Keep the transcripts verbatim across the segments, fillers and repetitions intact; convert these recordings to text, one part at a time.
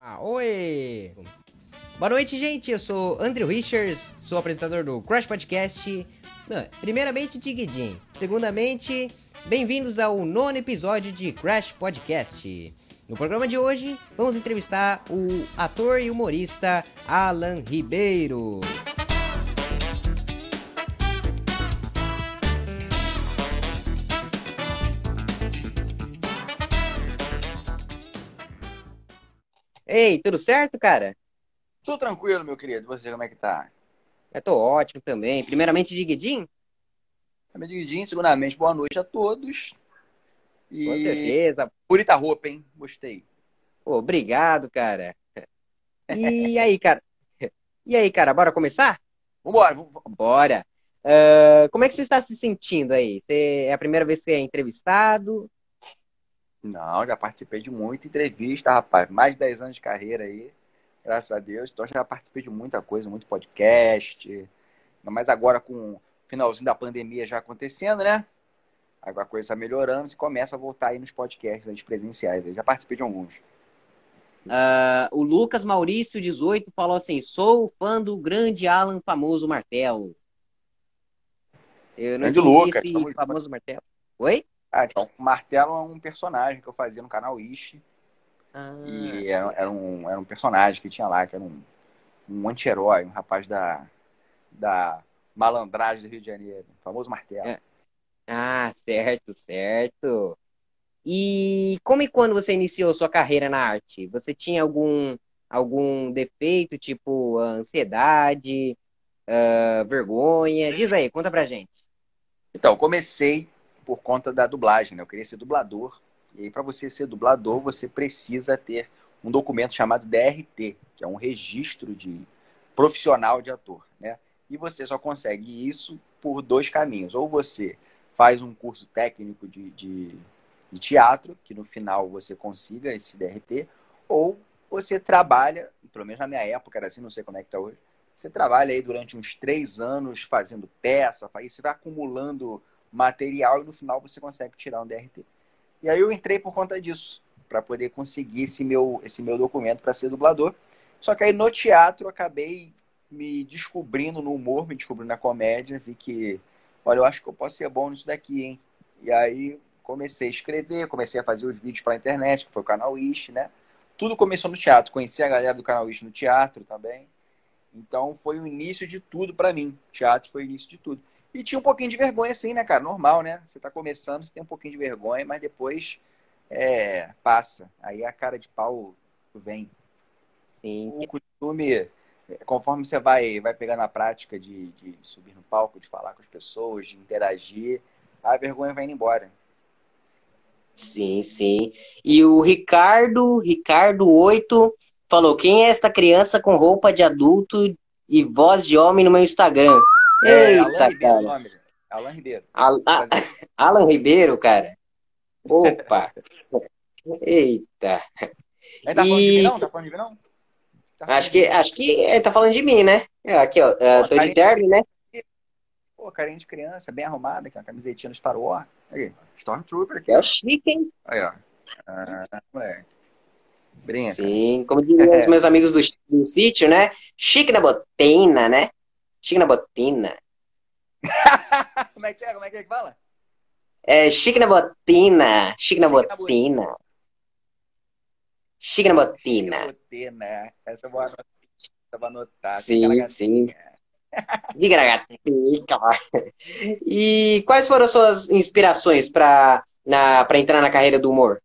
Ah, oi! Boa noite, gente. Eu sou Andrew Richards, sou apresentador do Crash Podcast. Primeiramente, Diguidin. Segundamente, bem-vindos ao nono episódio de Crash Podcast. No programa de hoje, vamos entrevistar o ator e humorista Alan Ribeiro. Ei, tudo certo, cara? Tudo tranquilo, meu querido. Você, como é que tá? Eu tô ótimo também. Primeiramente, Diguidin. Tá me dividindo, segundamente, boa noite a todos. Com E certeza. bonita roupa, hein? Gostei. Pô, obrigado, cara. E aí, cara? E aí, cara, bora começar? Vambora. vamos- Bora. Ah, como é que você está se sentindo aí? Você, é a primeira vez que você é entrevistado? Não, já participei de muita entrevista, rapaz. Mais de dez anos de carreira aí, graças a Deus. Então já participei de muita coisa, muito podcast. Mas agora com o finalzinho da pandemia já acontecendo, né? Agora a coisa está melhorando e começa a voltar aí nos podcasts aí, presenciais. Eu já participei de alguns. Ah, o Lucas Maurício, dezoito, falou assim: sou fã do grande Alan Famoso Martelo. Eu não Grande entendi Lucas, esse tamo junto. famoso martelo. Oi? Ah, então, o Martelo é um personagem que eu fazia no canal Ishi. Ah, E era, era, um, era um personagem que tinha lá, que era um, um anti-herói, um rapaz da, da malandragem do Rio de Janeiro, o famoso Martelo. é. Ah, certo, certo. E como e quando você iniciou sua carreira na arte? Você tinha algum, algum defeito, tipo ansiedade, ah, vergonha? Diz aí, conta pra gente. Então, eu comecei por conta da dublagem, né? Eu queria ser dublador. E aí, para você ser dublador, você precisa ter um documento chamado D R T, que é um registro de profissional de ator, né? E você só consegue isso por dois caminhos. Ou você faz um curso técnico de, de, de teatro, que no final você consiga esse D R T, ou você trabalha, pelo menos na minha época era assim, não sei como é que tá hoje, você trabalha aí durante uns três anos fazendo peça, aí você vai acumulando material e no final você consegue tirar um D R T. E aí eu entrei por conta disso, para poder conseguir esse meu, esse meu documento para ser dublador. Só que aí no teatro eu acabei me descobrindo no humor, me descobrindo na comédia, vi que, olha, eu acho que eu posso ser bom nisso daqui, hein? E aí comecei a escrever, comecei a fazer os vídeos para a internet, que foi o canal Ishi, né? Tudo começou no teatro, conheci a galera do canal Ishi no teatro também. Então foi o início de tudo pra mim. Teatro foi o início de tudo. E tinha um pouquinho de vergonha, assim, né, cara? Normal, né? Você tá começando, você tem um pouquinho de vergonha, mas depois é, passa. Aí a cara de pau vem. Sim. O costume, conforme você vai, vai pegando a prática de, de subir no palco, de falar com as pessoas, de interagir, a vergonha vai indo embora. Sim, sim. E o Ricardo, Ricardo oito, falou: quem é esta criança com roupa de adulto e voz de homem no meu Instagram? É Alan Eita, Ribeiro o cara. nome. Alan Ribeiro. Al- a- Brasileiro. Alan Ribeiro, cara. Opa. Eita. Aí tá falando de mim, E não? Tá falando de mim, não? Tá falando acho de que mim. acho que ele tá falando de mim, né? É, aqui, ó. é, Pô, tô de carinha de terno, né? Pô, carinha de criança, bem arrumada, com uma camisetinha do Star Wars. Aí, Stormtrooper aqui, É ó. chique, hein? Aí, ó. Ah, moleque. Brinca. Sim, como diriam os meus amigos do, do sítio, né? Chique na botina, né? Chique na botina. Como é que é? Como é que é que fala? É chique na botina. Chique na Chique na botina. botina. Chique na Chique na botina. botina. Essa eu vou anotar. Essa eu vou anotar. Fica na Sim, sim. gatinha. Diga na gatica. E quais foram as suas inspirações para na, para entrar na carreira do humor?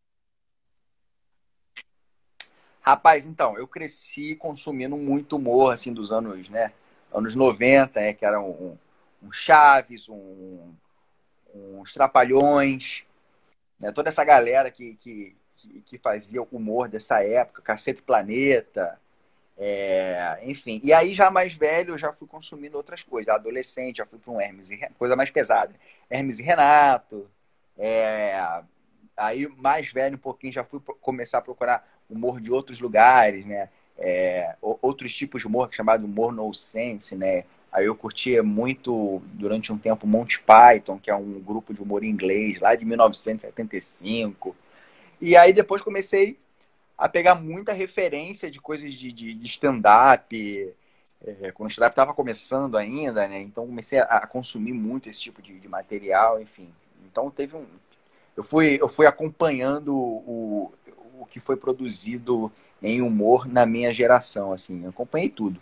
Rapaz, então, eu cresci consumindo muito humor, assim, dos anos, né? Anos noventa, né? Que eram um, um Chaves, um, uns Trapalhões, né? Toda essa galera que, que, que, que fazia o humor dessa época, Cacete Planeta, é, enfim. E aí, já mais velho, eu já fui consumindo outras coisas. Adolescente, já fui para um Hermes e Renato, coisa mais pesada. Né? Hermes e Renato. É, aí, mais velho um pouquinho, já fui começar a procurar humor de outros lugares, né? É, outros tipos de humor, chamado humor nonsense, né? Aí eu curtia muito, durante um tempo, Monty Python, que é um grupo de humor inglês, lá de mil novecentos e setenta e cinco. E aí depois comecei a pegar muita referência de coisas de, de, de stand-up, é, quando o stand-up estava começando ainda, né? Então comecei a, a consumir muito esse tipo de, de material, enfim. Então teve um. Eu fui, eu fui acompanhando o, o que foi produzido em humor na minha geração, assim. Eu acompanhei tudo.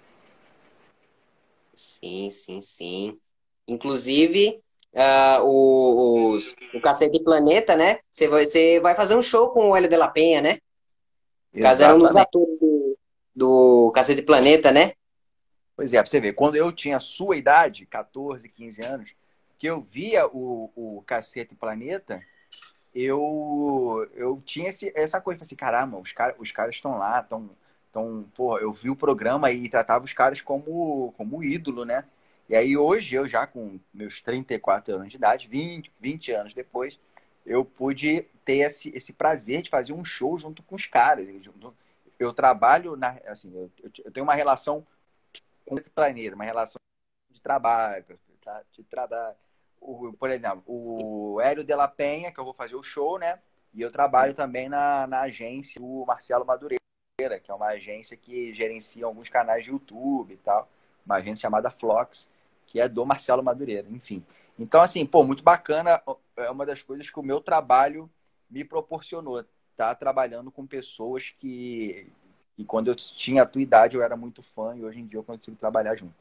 Sim, sim, sim. Inclusive, ah, o, os, o Cacete Planeta, né? Você vai, você vai fazer um show com o Hélio de la Penha, né? O caso era um dos Exatamente. atores do, do Cacete Planeta, né? Pois é, pra você ver, quando eu tinha a sua idade, catorze, quinze anos, que eu via o, o Cacete Planeta, eu, eu tinha esse, essa coisa, falei assim, caramba, os, cara, os caras estão lá, estão, tão, pô, eu vi o programa e tratava os caras como, como ídolo, né? E aí hoje, eu já com meus trinta e quatro anos de idade, vinte vinte anos depois, eu pude ter esse, esse prazer de fazer um show junto com os caras. Eu, eu trabalho, na, assim, eu, eu tenho uma relação com esse planeta, uma relação de trabalho, de trabalho. O, por exemplo, o Hélio de la Penha, que eu vou fazer o show, né? E eu trabalho também na, na agência o Marcelo Madureira, que é uma agência que gerencia alguns canais de YouTube e tal. Uma agência chamada Flox, que é do Marcelo Madureira, enfim. Então, assim, pô, muito bacana. É uma das coisas que o meu trabalho me proporcionou. Tá trabalhando com pessoas que, que quando eu tinha a tua idade eu era muito fã e hoje em dia eu consigo trabalhar junto.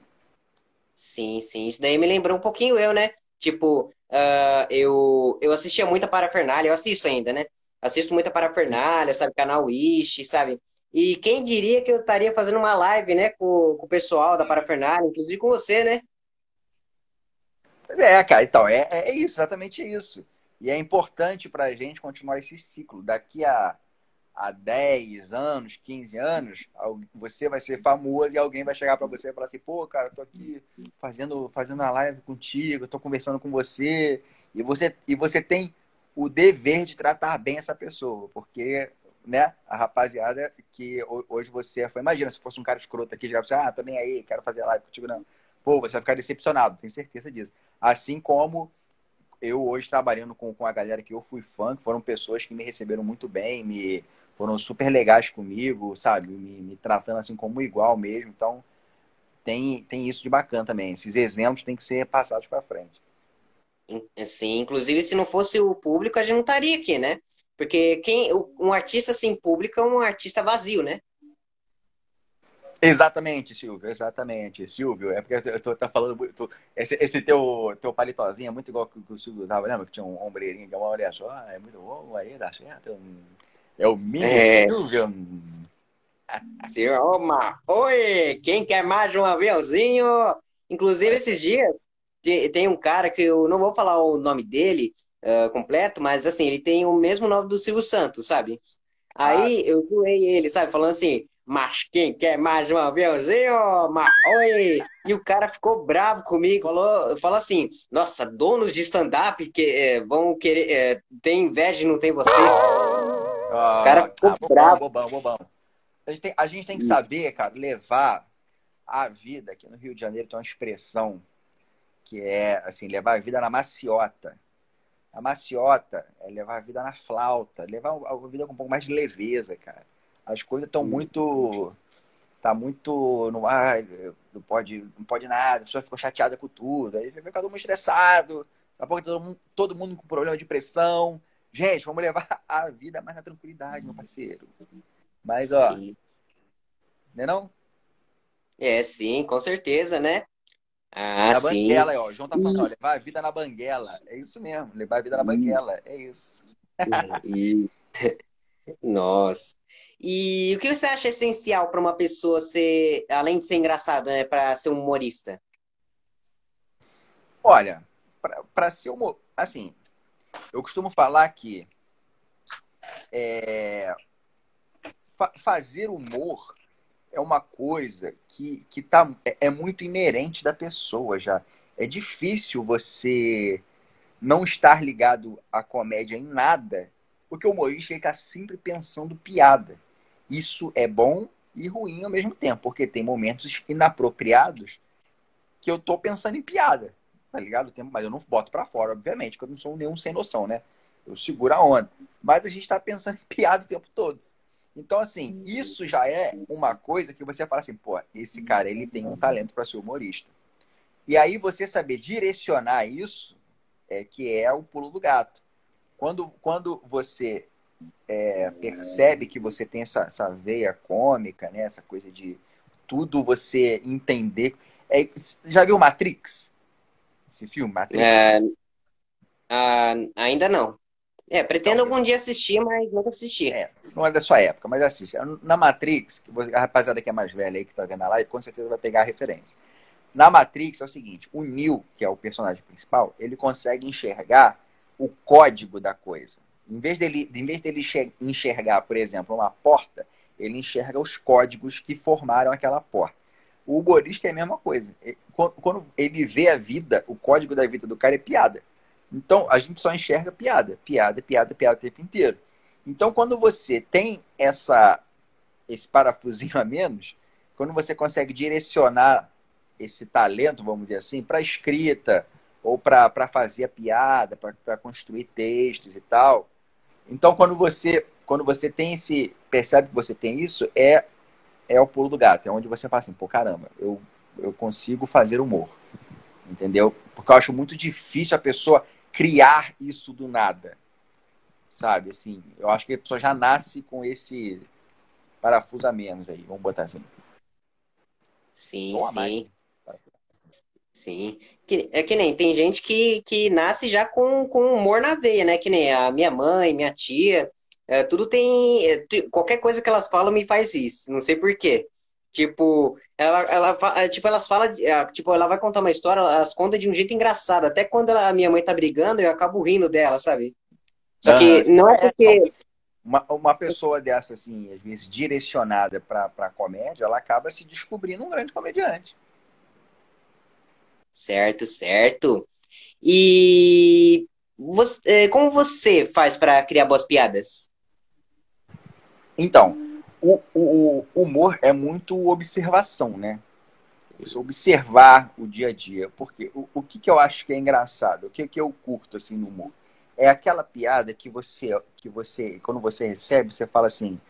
Sim, sim. Isso daí me lembrou um pouquinho eu, né? Tipo, ah, eu, eu assistia muita parafernália, eu assisto ainda, né? Assisto muita parafernália, sabe? Canal Wish, sabe? E quem diria que eu estaria fazendo uma live, né, com, com o pessoal da parafernália, inclusive com você, né? Pois é, cara, então, é, é isso, exatamente isso. E é importante para a gente continuar esse ciclo. Daqui a, a dez anos, quinze anos, você vai ser famoso e alguém vai chegar para você e falar assim, pô, cara, eu tô aqui fazendo, fazendo uma live contigo, eu tô conversando com você, e você, e você tem o dever de tratar bem essa pessoa, porque, né, a rapaziada que hoje você foi, imagina se fosse um cara escroto aqui, já você, ah, tô nem aí, quero fazer live contigo, não. Pô, você vai ficar decepcionado, tenho certeza disso. Assim como eu hoje trabalhando com, com a galera que eu fui fã, que foram pessoas que me receberam muito bem, me foram super legais comigo, sabe? Me, me tratando assim como igual mesmo. Então, tem, tem isso de bacana também. Esses exemplos têm que ser passados para frente. Assim, inclusive, se não fosse o público, a gente não estaria aqui, né? Porque quem, um artista sem público é um artista vazio, né? Exatamente, Silvio, exatamente. Silvio, é porque eu tô, tá falando. Tô, esse, esse teu, teu palitozinho é muito igual que, que o Silvio usava, lembra? Que tinha um ombreirinho de uma olha só, é muito bom, aí dá certo. É o mini É, Silvio. senhor, Oma, oi, quem quer mais de um aviãozinho? Inclusive, esses dias, te- tem um cara que eu não vou falar o nome dele, ah, completo, mas assim, ele tem o mesmo nome do Silvio Santos, sabe? Ah, Aí eu zoei ele, sabe? Falando assim, mas quem quer mais de um aviãozinho? Mas, oi! E o cara ficou bravo comigo, falou, falou assim, nossa, donos de stand-up que eh, vão querer, eh, tem inveja e não tem você. O cara ah, ficou ah, bobão, bravo. bobão, bobão. A gente, tem, a gente tem que saber, cara, levar a vida. Aqui no Rio de Janeiro tem uma expressão que é assim, levar a vida na maciota. A maciota é levar a vida na flauta, levar a vida com um pouco mais de leveza, cara. As coisas estão muito. Tá muito. No, ah, não pode, não pode nada, a pessoa ficou chateada com tudo. Aí fica todo mundo estressado, daqui a pouco todo mundo, todo mundo com problema de pressão. Gente, vamos levar a vida mais na tranquilidade, meu parceiro. Mas, ó, Sim. não é não? É, sim, com certeza, né? Ah, Na sim. banguela, aí, ó. O João tá falando, ó, E, levar a vida na banguela. É isso mesmo, levar a vida na isso, banguela. É isso. e, nossa. E o que você acha essencial para uma pessoa ser, além de ser engraçado, né, para ser um humorista? Olha, para ser humor, assim, eu costumo falar que fa fazer humor é uma coisa que, que tá, é, é muito inerente da pessoa já. É difícil você não estar ligado à comédia em nada, porque o humorista está sempre pensando piada. Isso é bom e ruim ao mesmo tempo, porque tem momentos inapropriados que eu tô pensando em piada, tá ligado? Mas eu não boto pra fora, obviamente, que eu não sou nenhum sem noção, né? Eu seguro a onda. Mas a gente tá pensando em piada o tempo todo. Então, assim, isso já é uma coisa que você fala assim, pô, esse cara, ele tem um talento para ser humorista. E aí você saber direcionar isso é que é o pulo do gato. Quando, quando você é, percebe que você tem essa, essa veia cômica, né? Essa coisa de tudo você entender. É, já viu Matrix? Esse filme, Matrix? É, ah, ainda não. É, Então, pretendo algum dia assistir, mas nunca assisti. é, não é da sua época, mas assiste. Na Matrix, que você- a rapaziada que é mais velha aí, que tá vendo a live, com certeza vai pegar a referência. Na Matrix é o seguinte, o Neo, que é o personagem principal, ele consegue enxergar o código da coisa. Em vez dele, em vez dele enxergar, por exemplo, uma porta, ele enxerga os códigos que formaram aquela porta. O humorista é a mesma coisa. Quando ele vê a vida, o código da vida do cara é piada. Então, a gente só enxerga piada, piada, piada, piada o tempo inteiro. Então, quando você tem essa, esse parafusinho a menos, quando você consegue direcionar esse talento, vamos dizer assim, para escrita ou para fazer a piada, para construir textos e tal. Então, quando você, quando você tem esse, percebe que você tem isso, é, é o pulo do gato. É onde você fala assim, pô, caramba, eu, eu consigo fazer humor. Entendeu? Porque eu acho muito difícil a pessoa criar isso do nada. Sabe? Assim, eu acho que a pessoa já nasce com esse parafuso a menos aí. Vamos botar assim. Sim, Ou a mais, né? sim, sim. Que- é que nem tem gente que, que nasce já com, com humor na veia, né? Que nem a minha mãe, minha tia. É, tudo tem. é, tu- qualquer coisa que elas falam me faz isso. Não sei por quê. Tipo, ela, ela, fa- é, tipo, elas falam. de- é, Tipo, ela vai contar uma história, elas contam de um jeito engraçado. Até quando ela- a minha mãe tá brigando, eu acabo rindo dela, sabe? Só Aham. que não é É, então, porque. uma, uma pessoa dessa, assim, às vezes direcionada para a comédia, ela acaba se descobrindo um grande comediante. Certo, certo. E você, é, como você faz para criar boas piadas? Então, o, o, o humor é muito observação, né? Você observar o dia a dia. Porque o, o que, que eu acho que é engraçado, o que, que eu curto assim no humor? É aquela piada que você, que você, quando você recebe, você fala assim,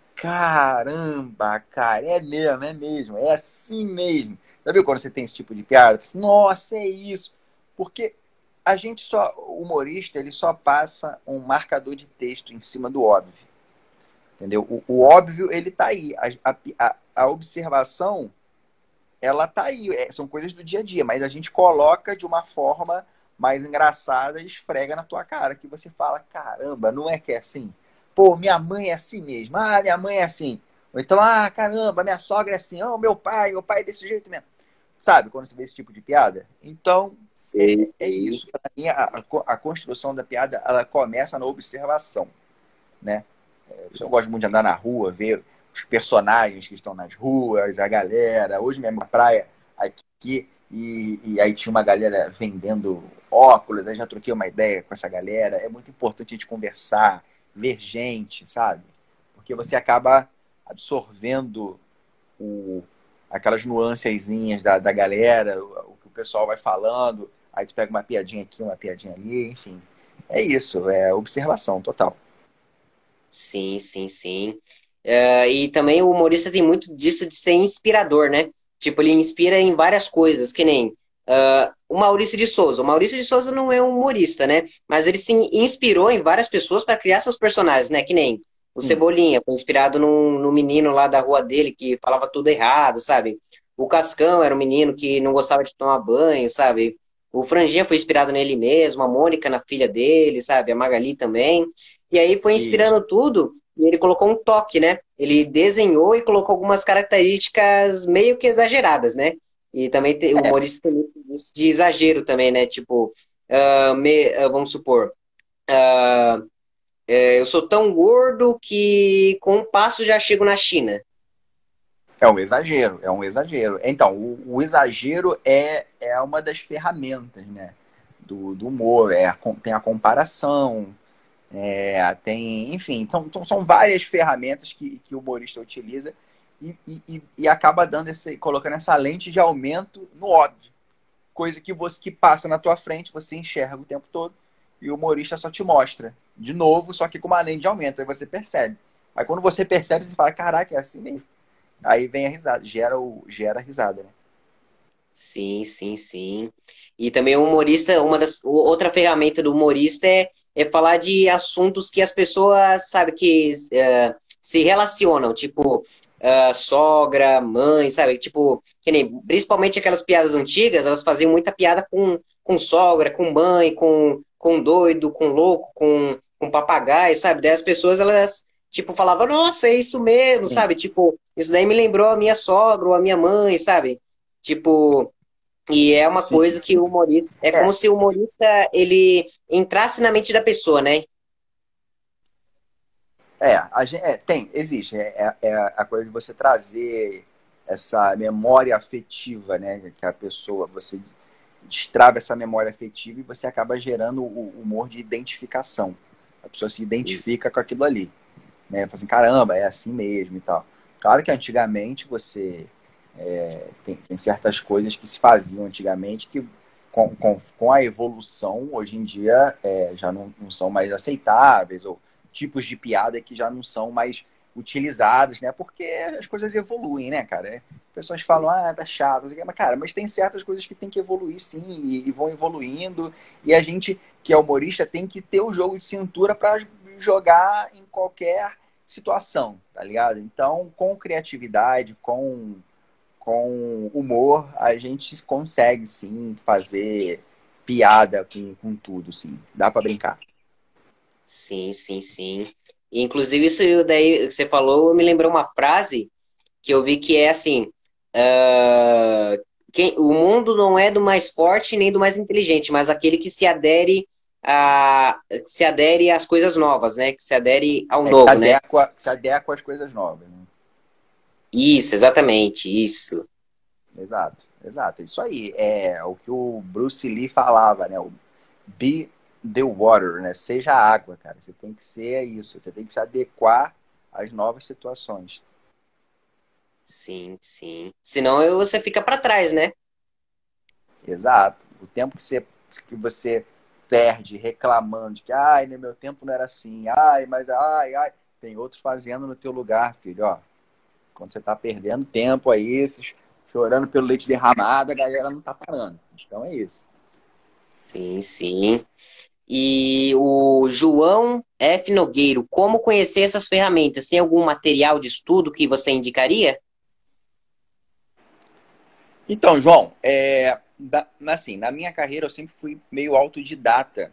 caramba, cara, é mesmo, é mesmo, é assim mesmo. Já viu quando você tem esse tipo de piada? Você fala assim, nossa, é isso. Porque a gente só, o humorista, ele só passa um marcador de texto em cima do óbvio. Entendeu? O, o óbvio, ele tá aí. A, a, a observação, ela tá aí. É, são coisas do dia a dia, mas a gente coloca de uma forma mais engraçada e esfrega na tua cara, que você fala, caramba, não é que é assim? Pô, minha mãe é assim mesmo. Ah, minha mãe é assim. Ou então, ah, caramba, minha sogra é assim. Oh, meu pai, meu pai é desse jeito mesmo. Sabe, quando você vê esse tipo de piada? Então, Sei, é, é isso. Para mim, a, a construção da piada, ela começa na observação, né? Eu gosto muito de andar na rua, ver os personagens que estão nas ruas, a galera. Hoje mesmo na praia aqui, e, e aí tinha uma galera vendendo óculos, aí já troquei uma ideia com essa galera. É muito importante a gente conversar, ver gente, sabe? Porque você acaba absorvendo o, aquelas nuancezinhas da, da galera, o, o que o pessoal vai falando, aí tu pega uma piadinha aqui, uma piadinha ali, enfim. É isso, é observação total. sim, sim, sim. É, e também o humorista tem muito disso de ser inspirador, né? Tipo, ele inspira em várias coisas, que nem ah, o Maurício de Souza. O Maurício de Souza não é um humorista, né? Mas ele se inspirou em várias pessoas para criar seus personagens, né? Que nem o Sim, Cebolinha, foi inspirado num, num menino lá da rua dele que falava tudo errado, sabe? O Cascão era um menino que não gostava de tomar banho, sabe? O Franjinha foi inspirado nele mesmo, a Mônica na filha dele, sabe? A Magali também. E aí foi isso. inspirando tudo e ele colocou um toque, né? Ele desenhou e colocou algumas características meio que exageradas, né? E também tem, o humorista tem muito disso de exagero também, né? Tipo, ah, me- ah, vamos supor, eh, eu sou tão gordo que com um passo já chego na China. É um exagero, é um exagero. Então, o, o exagero é, é uma das ferramentas, né, do, do humor. É, a com- tem a comparação, é, tem, enfim, são, são são várias ferramentas que, que o humorista utiliza e, e, e- e acaba dando esse, colocando essa lente de aumento no óbvio. Coisa que você que passa na tua frente, você enxerga o tempo todo, e o humorista só te mostra de novo, só que com uma lente de aumento. Aí você percebe. Aí quando você percebe, você fala, caraca, é assim mesmo. Aí vem a risada, gera, o, gera a risada, né? Sim, sim, sim. E também o humorista, uma das, o- outra ferramenta do humorista é, é falar de assuntos que as pessoas, sabe, que é, se relacionam, tipo, ah, sogra, mãe, sabe? Tipo, que nem, principalmente aquelas piadas antigas, elas faziam muita piada com, com sogra, com mãe, com, com doido, com louco, com, com papagaio, sabe? Daí as pessoas, elas, tipo, falavam, nossa, é isso mesmo, Sim, sabe? Tipo, isso daí me lembrou a minha sogra ou a minha mãe, sabe? Tipo, e é uma sim, coisa que sim. o humorista. É como É, se o humorista ele entrasse na mente da pessoa, né? é, a gente, é tem, existe. É, é, é a coisa de você trazer essa memória afetiva, né? Que a pessoa, você destrava essa memória afetiva e você acaba gerando o humor de identificação. A pessoa se identifica com aquilo ali, né? Fala assim, caramba, é assim mesmo e tal. Claro que antigamente você é, tem, tem certas coisas que se faziam antigamente que com, com, com a evolução, hoje em dia, é, já não, não são mais aceitáveis, ou tipos de piada que já não são mais utilizados, né? Porque as coisas evoluem, né, cara? É, pessoas falam, ah, tá chato, não sei o quê, mas, cara, mas tem certas coisas que tem que evoluir sim, e, e vão evoluindo, e a gente, que é humorista, tem que ter o jogo de cintura para jogar em qualquer situação, tá ligado? Então, com criatividade, com com humor, a gente consegue sim fazer piada com, com tudo, sim. Dá pra brincar. Sim, sim, sim. E, inclusive, isso daí que você falou me lembrou uma frase que eu vi que é assim: ah, quem, o mundo não é do mais forte nem do mais inteligente, mas aquele que se adere a, que se adere às coisas novas, né? Que se adere ao É que se novo, né? adequa, se adequa às coisas novas. Né? Isso, exatamente, isso. Exato, exato. Isso aí é o que o Bruce Lee falava, né? O be the water, né? Seja a água, cara. Você tem que ser isso. Você tem que se adequar às novas situações. Sim, sim. Senão eu- você fica para trás, né? Exato. O tempo que você, que você perde reclamando de que, ai, no meu tempo não era assim, ai, mas, ai, ai, tem outros fazendo no teu lugar, filho, ó. Quando você tá perdendo tempo aí, chorando pelo leite derramado, a galera não tá parando. Então é isso. Sim, sim. E o João F. Nogueiro, como conhecer essas ferramentas? Tem algum material de estudo que você indicaria? Então, João, é, da- assim, na minha carreira eu sempre fui meio autodidata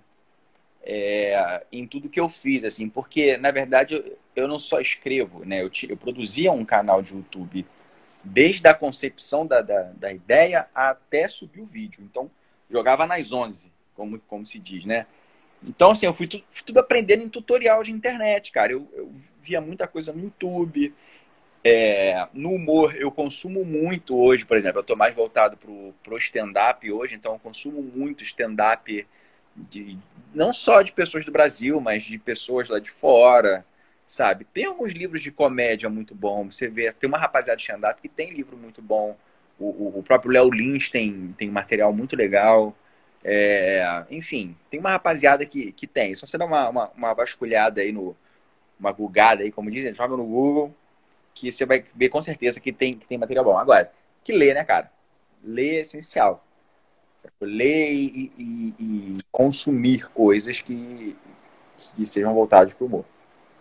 é, em tudo que eu fiz, assim, porque, na verdade, eu, eu não só escrevo, né? Eu, ti- eu produzia um canal de YouTube desde a concepção da, da, da ideia até subir o vídeo. Então, jogava nas onze, como, como se diz, né? Então, assim, eu fui, tu, fui tudo aprendendo em tutorial de internet, cara. Eu, eu via muita coisa no YouTube. É, no humor, eu consumo muito hoje, por exemplo. Eu tô mais voltado pro, pro stand-up hoje, então eu consumo muito stand-up de, não só de pessoas do Brasil, mas de pessoas lá de fora, sabe? Tem alguns livros de comédia muito bons. Você vê, tem uma rapaziada de stand-up que tem livro muito bom. O, o, o próprio Léo Lins tem, tem material muito legal. É, enfim, tem uma rapaziada que, que tem. Só você dá uma, uma, uma vasculhada aí no. Uma gugada aí, como dizem, joga no Google, que você vai ver com certeza que tem, que tem material bom. Agora, que ler, né, cara? Ler é essencial. Ler e, e, e consumir coisas que, que sejam voltadas para o humor.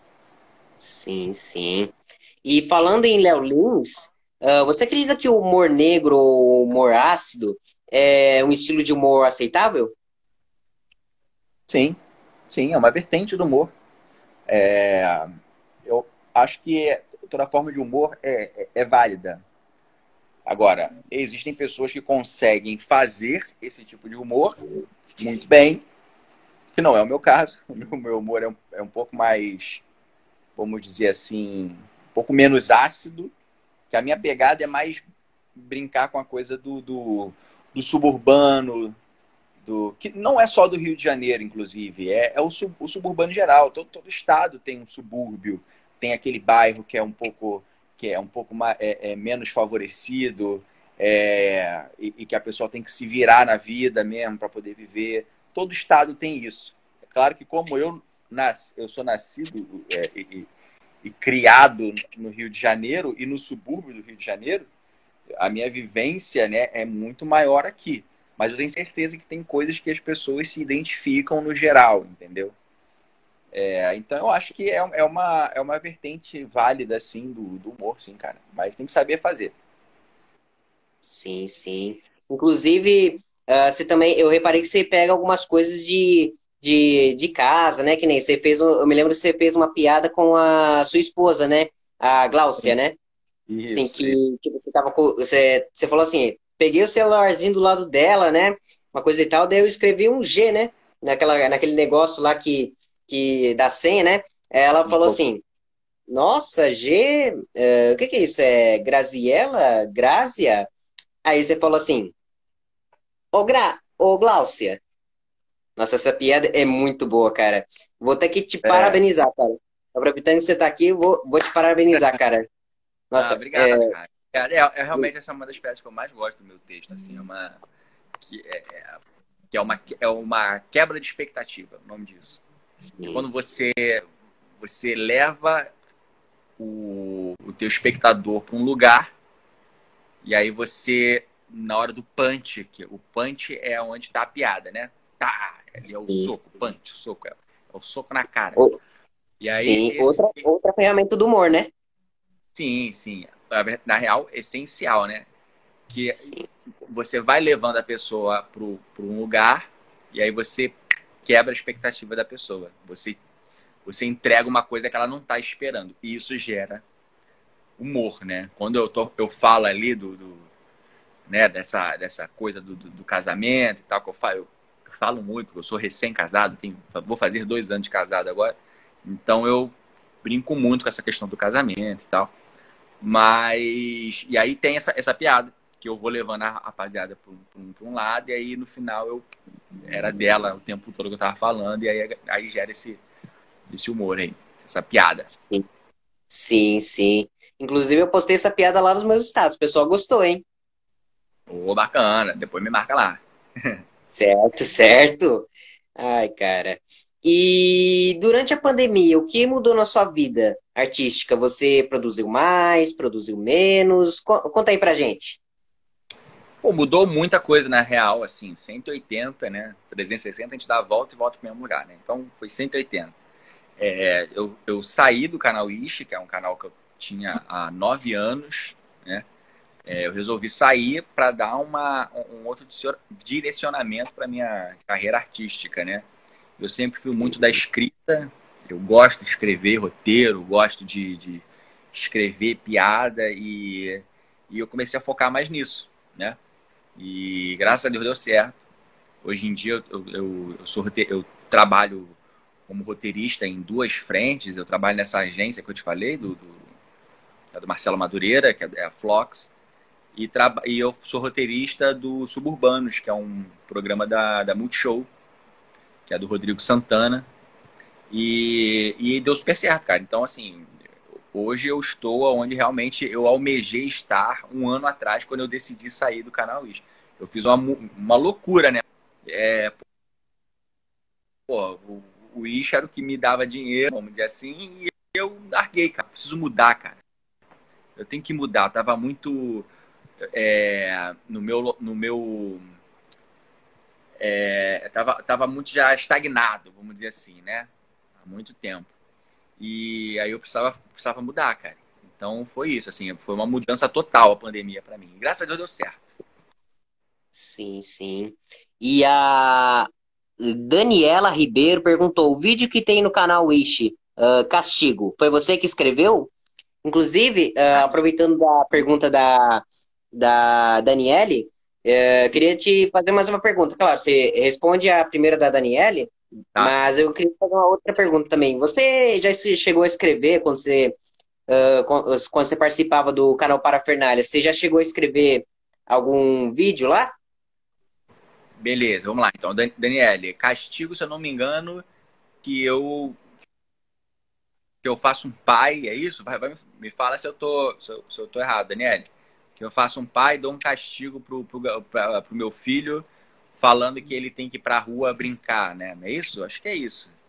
Sim, sim. E falando em Léo Lins, ah, você acredita que o humor negro ou humor ácido é um estilo de humor aceitável? Sim, sim, é uma vertente do humor. É, eu acho que toda forma de humor é, é, é válida. Agora, existem pessoas que conseguem fazer esse tipo de humor muito bem, que não é o meu caso. O meu, meu humor é um, é um pouco mais, vamos dizer assim, um pouco menos ácido, que a minha pegada é mais brincar com a coisa do, do, do suburbano, do que não é só do Rio de Janeiro, inclusive, é, é o, sub, o suburbano em geral. Todo, todo estado tem um subúrbio, tem aquele bairro que é um pouco que é um pouco mais, é, é menos favorecido é, e, e que a pessoa tem que se virar na vida mesmo para poder viver. Todo estado tem isso. É claro que como eu nas, eu sou nascido é, e, e criado no Rio de Janeiro e no subúrbio do Rio de Janeiro, a minha vivência, né, é muito maior aqui. Mas eu tenho certeza que tem coisas que as pessoas se identificam no geral, entendeu? É, então eu acho que é, é, uma, é uma vertente válida, assim, do, do humor, sim, cara. Mas tem que saber fazer. Sim, sim. Inclusive, ah, você também, eu reparei que você pega algumas coisas de, de, de casa, né? Que nem você fez, um- eu me lembro que você fez uma piada com a sua esposa, né? A Gláucia, né? Sim, Isso, isso. que tipo, você tava com, você, você falou assim, peguei o celularzinho do lado dela, né? Uma coisa e tal, daí eu escrevi um G, né? Naquela, naquele negócio lá que, que da senha, né? Ela falou assim, nossa, G, eh, o que que é isso? É Graziella? Grazia? Aí você falou assim, ô, Gra, ô Gláucia. Nossa, essa piada é muito boa, cara. Vou ter que te É. parabenizar, cara. Aproveitando que você tá aqui, vou, vou te parabenizar, cara. Ah, Nossa, é, obrigado, cara. É, é, é realmente essa é uma das peças que eu mais gosto do meu texto, assim, é uma que é, é- que é uma é uma quebra de expectativa, o nome disso. É sim, quando você você leva o, o teu espectador para um lugar e aí você na hora do punch, que o punch é onde está a piada, né? Tá, ali é o sim. soco, punch, soco, é, é o soco na cara. O- E aí sim, esse outra, outra ferramenta do humor, né? sim, sim, na real essencial, né? Que Sim, você vai levando a pessoa para um lugar e aí você quebra a expectativa da pessoa. Você, você entrega uma coisa que ela não está esperando. E isso gera humor, né? Quando eu, tô, eu falo ali do, do né, dessa, dessa coisa do, do, do casamento e tal, que eu falo, eu, eu falo muito, porque eu sou recém-casado, tenho, vou fazer dois anos de casado agora. Então eu brinco muito com essa questão do casamento e tal. Mas. E aí tem essa, essa piada, que eu vou levando a rapaziada para um, um lado, e aí no final eu era dela o tempo todo que eu tava falando, e aí, aí gera esse, esse humor aí, essa piada. sim, sim, sim. Inclusive, eu postei essa piada lá nos meus status. O pessoal gostou, hein? Ô, bacana, depois me marca lá. Certo, certo. Ai, cara. E durante a pandemia, o que mudou na sua vida artística? Você produziu mais, produziu menos? Co- Conta aí pra gente. Pô, mudou muita coisa na real, assim, cento e oitenta, né? trezentos e sessenta a gente dá a volta e volta pro mesmo lugar, né? Então foi cento e oitenta. É, eu, eu saí do canal Ishi, que é um canal que eu tinha há nove anos, né? É, eu resolvi sair para dar uma, um outro direcionamento para minha carreira artística, né? Eu sempre fui muito da escrita, eu gosto de escrever roteiro, gosto de, de escrever piada e, e eu comecei a focar mais nisso, né? E graças a Deus deu certo. Hoje em dia eu, eu, eu, sou, eu trabalho como roteirista em duas frentes. Eu trabalho nessa agência que eu te falei, do, do, é do Marcelo Madureira, que é a Flox, e, traba, e eu sou roteirista do Suburbanos, que é um programa da, da Multishow, que é do Rodrigo Santana. E, e deu super certo, cara. Então, assim, hoje eu estou onde realmente eu almejei estar um ano atrás, quando eu decidi sair do canal Wish. Eu fiz uma, uma loucura, né? É, pô, o, o Wish era o que me dava dinheiro, vamos dizer assim, e eu larguei, cara. Preciso mudar, cara. Eu tenho que mudar. Eu tava muito é, no meu, no meu é, tava, tava muito já estagnado, vamos dizer assim, né? Há muito tempo. E aí eu precisava, precisava mudar, cara. Então foi isso, assim, foi uma mudança total a pandemia para mim. Graças a Deus deu certo. Sim, sim. E a Daniela Ribeiro perguntou: o vídeo que tem no canal Wish, ah, Castigo, foi você que escreveu? Inclusive, ah, aproveitando da pergunta da, da Daniele, eh, Sim, queria te fazer mais uma pergunta. Claro, você responde a primeira da Daniele, tá. mas eu queria fazer uma outra pergunta também. Você já se- chegou a escrever quando você, ah, quando quando você participava do canal Parafernália? Você já chegou a escrever algum vídeo lá? Beleza, vamos lá. Então, Dan- Daniele, castigo, se eu não me engano, que eu que eu faço um pai, é isso? Vai, vai, me fala se eu tô se eu, se eu tô errado, Daniele. Que eu faço um pai, dou um castigo pro, pro, pra, pro meu filho, falando que ele tem que ir pra rua brincar, né? Não é isso? Acho que é isso.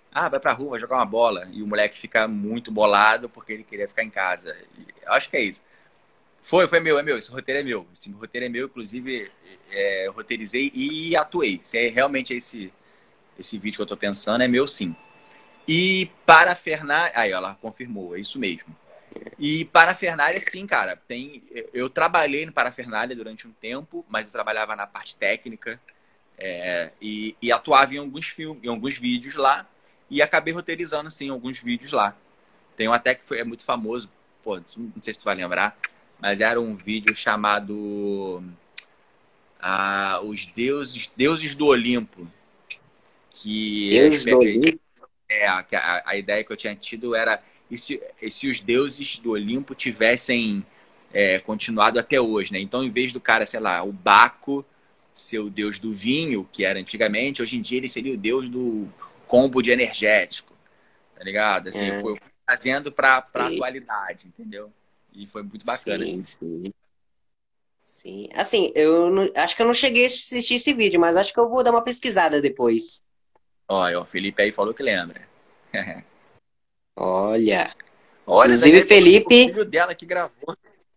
Ah, vai pra rua, vai jogar uma bola. E o moleque fica muito bolado porque ele queria ficar em casa. E eu acho que é isso. Foi, foi meu, é meu. Esse roteiro é meu. Esse roteiro é meu, inclusive, é, eu roteirizei e atuei. Se é realmente esse, esse vídeo que eu tô pensando, é meu sim. E parafernália. Aí, ela confirmou, é isso mesmo. E parafernália, sim, cara. Tem, eu trabalhei no parafernália durante um tempo, mas eu trabalhava na parte técnica é, e, e atuava em alguns filmes, em alguns vídeos lá. E acabei roteirizando, sim, alguns vídeos lá. Tem um até que foi, é muito famoso, pô, não sei se tu vai lembrar, mas era um vídeo chamado ah, Os Deuses, Deuses do Olimpo. Que a, Deus do gente, livro. é, a, a, a ideia que eu tinha tido era e se, e se os deuses do Olimpo tivessem é, continuado até hoje, né? Então, em vez do cara, sei lá, o Baco ser o deus do vinho, que era antigamente, hoje em dia ele seria o deus do combo de energético, tá ligado? Assim, Ah, foi trazendo pra, pra sim, atualidade, entendeu? E foi muito bacana, sim, assim. sim. Sim. Assim, eu não- acho que eu não cheguei a assistir esse vídeo, mas acho que eu vou dar uma pesquisada depois. Olha, o Felipe aí falou que lembra. Olha. Olha, a Inclusive, Daniela falou que foi o Felipe, filho dela que gravou.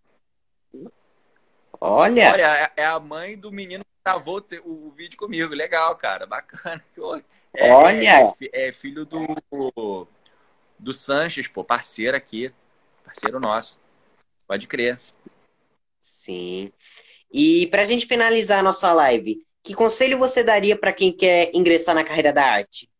olha, Olha, é é a mãe do menino que gravou o te- o vídeo comigo. Legal, cara. Bacana. Pô, É, é, é, olha. fi- é filho do, do Sanches, pô, parceiro aqui. Parceiro nosso. Pode crer. Sim. E pra gente finalizar a nossa live, que conselho você daria para quem quer ingressar na carreira da arte?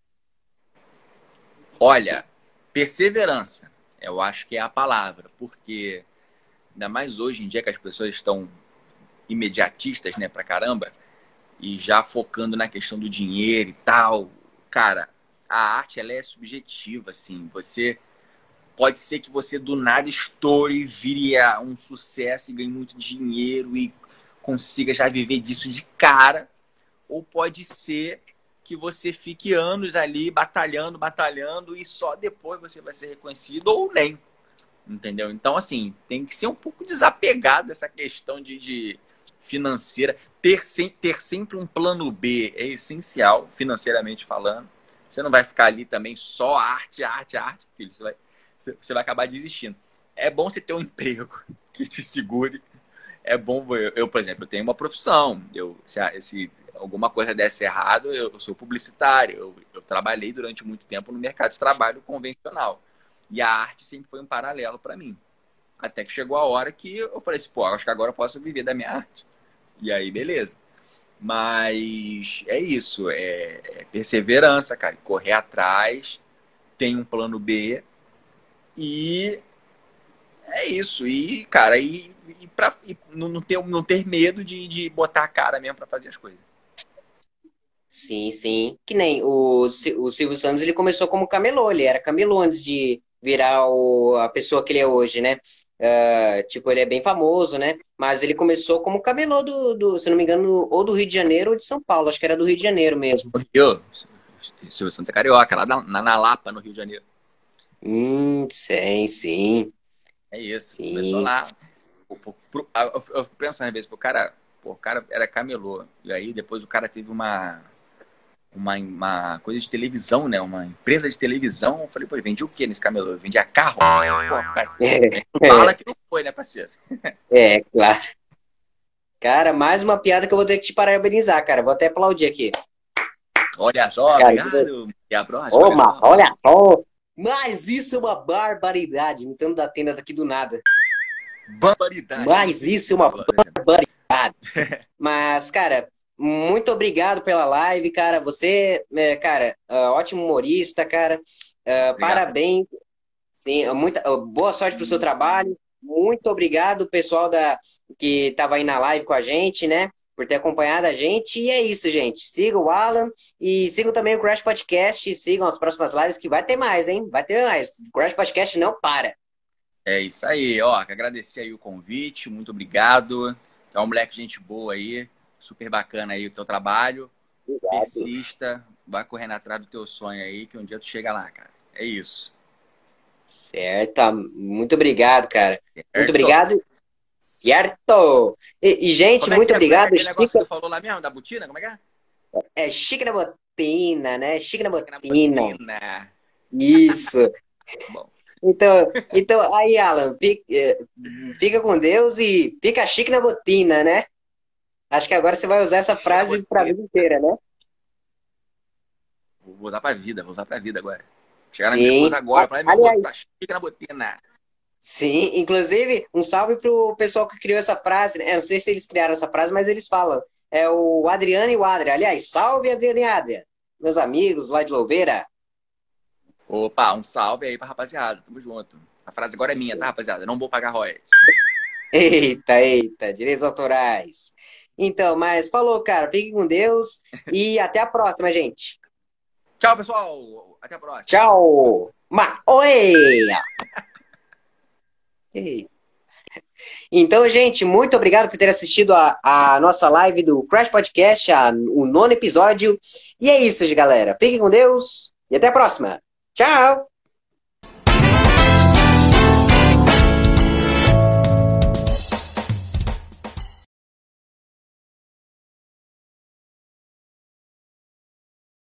Olha, perseverança. Eu acho que é a palavra. Porque, ainda mais hoje em dia que as pessoas estão imediatistas, né, pra caramba, e já focando na questão do dinheiro e tal. Cara, a arte, ela é subjetiva, assim. Você pode ser que você do nada estoure, vire um sucesso e ganhe muito dinheiro e consiga já viver disso de cara. Ou pode ser que você fique anos ali batalhando, batalhando e só depois você vai ser reconhecido ou nem. Entendeu? Então, assim, tem que ser um pouco desapegado dessa questão de, de financeira. Ter, sem, ter sempre um plano B é essencial, financeiramente falando. Você não vai ficar ali também só arte, arte, arte, filho. Você vai, você vai acabar desistindo. É bom você ter um emprego que te segure. É bom, eu, eu por exemplo, eu tenho uma profissão. Eu, se, se alguma coisa desse errado, eu, eu sou publicitário. Eu, eu trabalhei durante muito tempo no mercado de trabalho convencional. E a arte sempre foi um paralelo para mim. Até que chegou a hora que eu falei assim, pô, acho que agora eu posso viver da minha arte. E aí, beleza. Mas é isso, é, é perseverança, cara. Correr atrás, tem um plano B e é isso. E, cara, e, e, pra, e não, não ter, não ter medo de, de botar a cara mesmo para fazer as coisas. Sim, sim. Que nem o, Si- o Silvio Santos, ele começou como camelô, ele era camelô antes de virar o, a pessoa que ele é hoje, né? Ah, tipo, ele é bem famoso, né? Mas ele começou como camelô do, do, se não me engano, ou do Rio de Janeiro ou de São Paulo, acho que era do Rio de Janeiro mesmo. No Rio, Silvio Santos é carioca, lá na, na Lapa, no Rio de Janeiro. Hum, sim, sim, É isso. Começou sim. lá. Eu, eu, eu fico pensando às vezes, o cara, pô, o cara era camelô. E aí depois o cara teve uma, uma, uma coisa de televisão, né? Uma empresa de televisão. Eu falei, pô, ele vendia o quê nesse camelô? Ele vendia carro? Pô, cara, fala que não foi, né, parceiro? É, é, claro. Cara, mais uma piada que eu vou ter que te parabenizar, cara. Vou até aplaudir aqui. Olha só, Cara, que- obrigado. E a próxima, Ô, mas melhor. olha só! Mas isso é uma barbaridade, imitando da tenda daqui do nada. Barbaridade. Eu Mas gostei isso desse é uma agora. barbaridade. Mas, cara, muito obrigado pela live, cara. Você, é, cara, ah, ótimo humorista, cara. Ah, Obrigado. parabéns. Sim, muita, ah, boa sorte pro seu trabalho. Muito obrigado, pessoal da, que estava aí na live com a gente, né? Por ter acompanhado a gente. E é isso, gente. Sigam o Alan e sigam também o Crash Podcast. Sigam as próximas lives que vai ter mais, hein? Vai ter mais. O Crash Podcast não para. É isso aí, ó. Agradecer aí o convite, muito obrigado. É um moleque gente boa aí, super bacana aí o teu trabalho. Obrigado. Persista, vai correndo atrás do teu sonho aí, que um dia tu chega lá, cara. É isso. Certo. Muito obrigado, cara. Muito Certo? obrigado. Certo! E, e, gente, Como é muito que é, como é que é obrigado. aquele negócio que Estica. tu falou lá mesmo, da botina? Como é que é? É chique na botina, né? Chique na Fica na botina. botina. Isso. Bom, Então, então aí, Alan, fica, eh, fica com Deus e fica chique na botina, né? Acho que agora você vai usar essa fica na frase para a botina. vida inteira, né? Vou usar pra vida, vou usar pra vida agora. Chegar na minha Sim. esposa agora, falar, meu amor, tá Aliás, chique na botina. sim, inclusive, um salve pro pessoal que criou essa frase, né? Eu não sei se eles criaram essa frase, mas eles falam. É o Adriano e o Adria. Aliás, salve Adriano e Adria, meus amigos lá de Louveira. Opa, um salve aí pra rapaziada, tamo junto. A frase agora é minha, tá, rapaziada? Não vou pagar royalties. Eita, eita, direitos autorais. Então, mas falou, cara, fique com Deus e até a próxima, gente. Tchau, pessoal. Até a próxima. Tchau! Ma Oi! Ei. Então, gente, muito obrigado por ter assistido a, a nossa live do Crash Podcast, a- o nono episódio. E é isso, galera. Fiquem com Deus e até a próxima. Tchau!